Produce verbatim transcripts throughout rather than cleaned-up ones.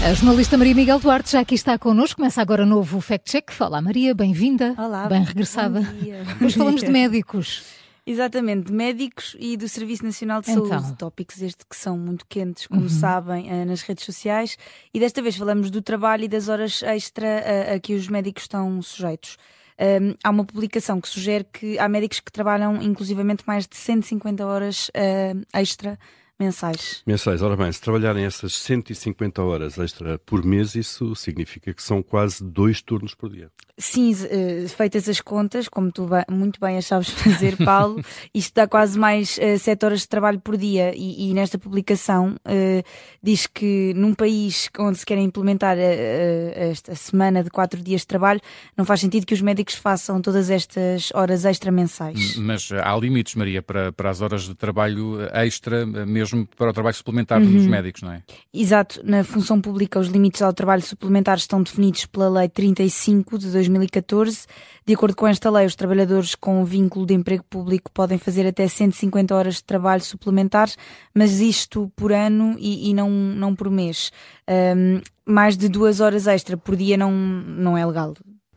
A jornalista Maria Miguel Duarte já aqui está connosco. Começa agora o novo Fact Check. Olá Maria, bem-vinda. Olá. Bem regressada. Bom dia. Hoje falamos de médicos. Exatamente, de médicos e do Serviço Nacional de Então. Saúde. Tópicos estes que são muito quentes, como Uhum. sabem, nas redes sociais. E desta vez falamos do trabalho e das horas extra a, a que os médicos estão sujeitos. Um, há uma publicação que sugere que há médicos que trabalham inclusivamente mais de cento e cinquenta horas uh, extra mensais. Mensais, ora bem, se trabalharem essas cento e cinquenta horas extra por mês, isso significa que são quase dois turnos por dia. Sim, uh, feitas as contas, como tu bem, muito bem as sabes fazer, Paulo, isto dá quase mais uh, sete horas de trabalho por dia e, e nesta publicação uh, diz que num país onde se querem implementar uh, uh, esta semana de quatro dias de trabalho, não faz sentido que os médicos façam todas estas horas extra mensais. Mas há limites, Maria, para, para as horas de trabalho extra, mesmo para o trabalho suplementar Uhum. dos médicos, não é? Exato, na função pública os limites ao trabalho suplementar estão definidos pela Lei trinta e cinco de dois mil e catorze. De acordo com esta lei, os trabalhadores com vínculo de emprego público podem fazer até cento e cinquenta horas de trabalho suplementares, mas isto por ano e, e não, não por mês. Um, mais de duas horas extra por dia não, não é legal.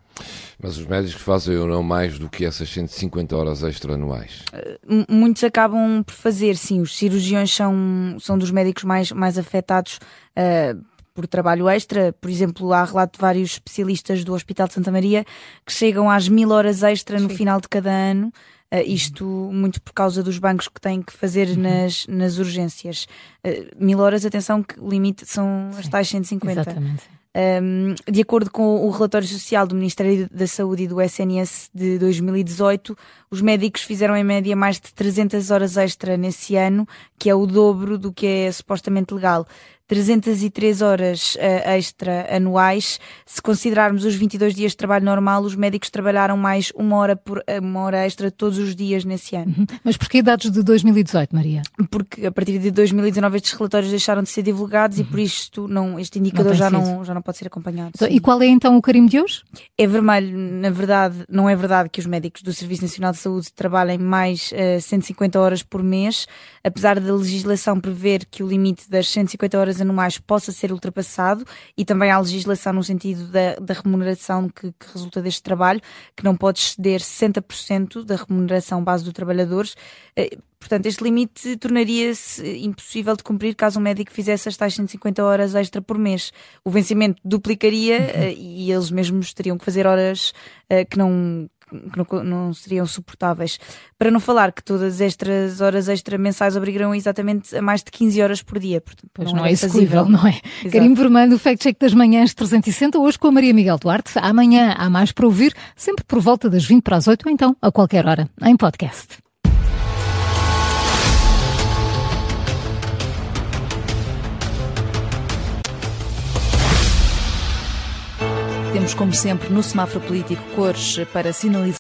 Mas os médicos fazem ou não mais do que essas cento e cinquenta horas extra anuais? Uh, muitos acabam por fazer, sim. Os cirurgiões são, são dos médicos mais, mais afetados uh, por trabalho extra. Por exemplo, há relato de vários especialistas do Hospital de Santa Maria que chegam às mil horas extra no Sim. final final de cada ano. Uh, isto muito por causa dos bancos que têm que fazer uhum. nas, nas urgências. Uh, mil horas, atenção, que o limite são as tais cento e cinquenta. Exatamente. Um, de acordo com o relatório social do Ministério da Saúde e do S N S de dois mil e dezoito, os médicos fizeram em média mais de trezentas horas extra nesse ano, que é o dobro do que é supostamente legal. trezentas e três horas uh, extra anuais. Se considerarmos os vinte e dois dias de trabalho normal, os médicos trabalharam mais uma hora, por, uma hora extra todos os dias nesse ano. Uhum. Mas porquê dados de dois mil e dezoito, Maria? Porque a partir de dois mil e dezanove estes relatórios deixaram de ser divulgados uhum. e por isto não, este indicador não já, sido. não, já não pode ser acompanhado. Então, e qual é então o carimbo de hoje? É vermelho. Na verdade, não é verdade que os médicos do Serviço Nacional de Saúde trabalhem mais uh, cento e cinquenta horas por mês, apesar da legislação prever que o limite das cento e cinquenta horas anuais possa ser ultrapassado, e também há legislação no sentido da, da remuneração que, que resulta deste trabalho, que não pode exceder sessenta por cento da remuneração base do trabalhador. Uh, Portanto, este limite tornaria-se impossível de cumprir caso um médico fizesse as tais cento e cinquenta horas extra por mês. O vencimento duplicaria uhum. uh, e eles mesmos teriam que fazer horas uh, que não... que não, não seriam suportáveis. Para não falar que todas estas horas extra mensais obrigariam exatamente a mais de quinze horas por dia. Portanto, pois não, não é é execuível, não é? Exato. Carimbo vermelho, o Fact Check das manhãs trezentos e sessenta, hoje com a Maria Miguel Duarte. Amanhã há mais para ouvir, sempre por volta das vinte para as oito, ou então a qualquer hora, em podcast. Temos, como sempre, no semáforo político cores para sinalizar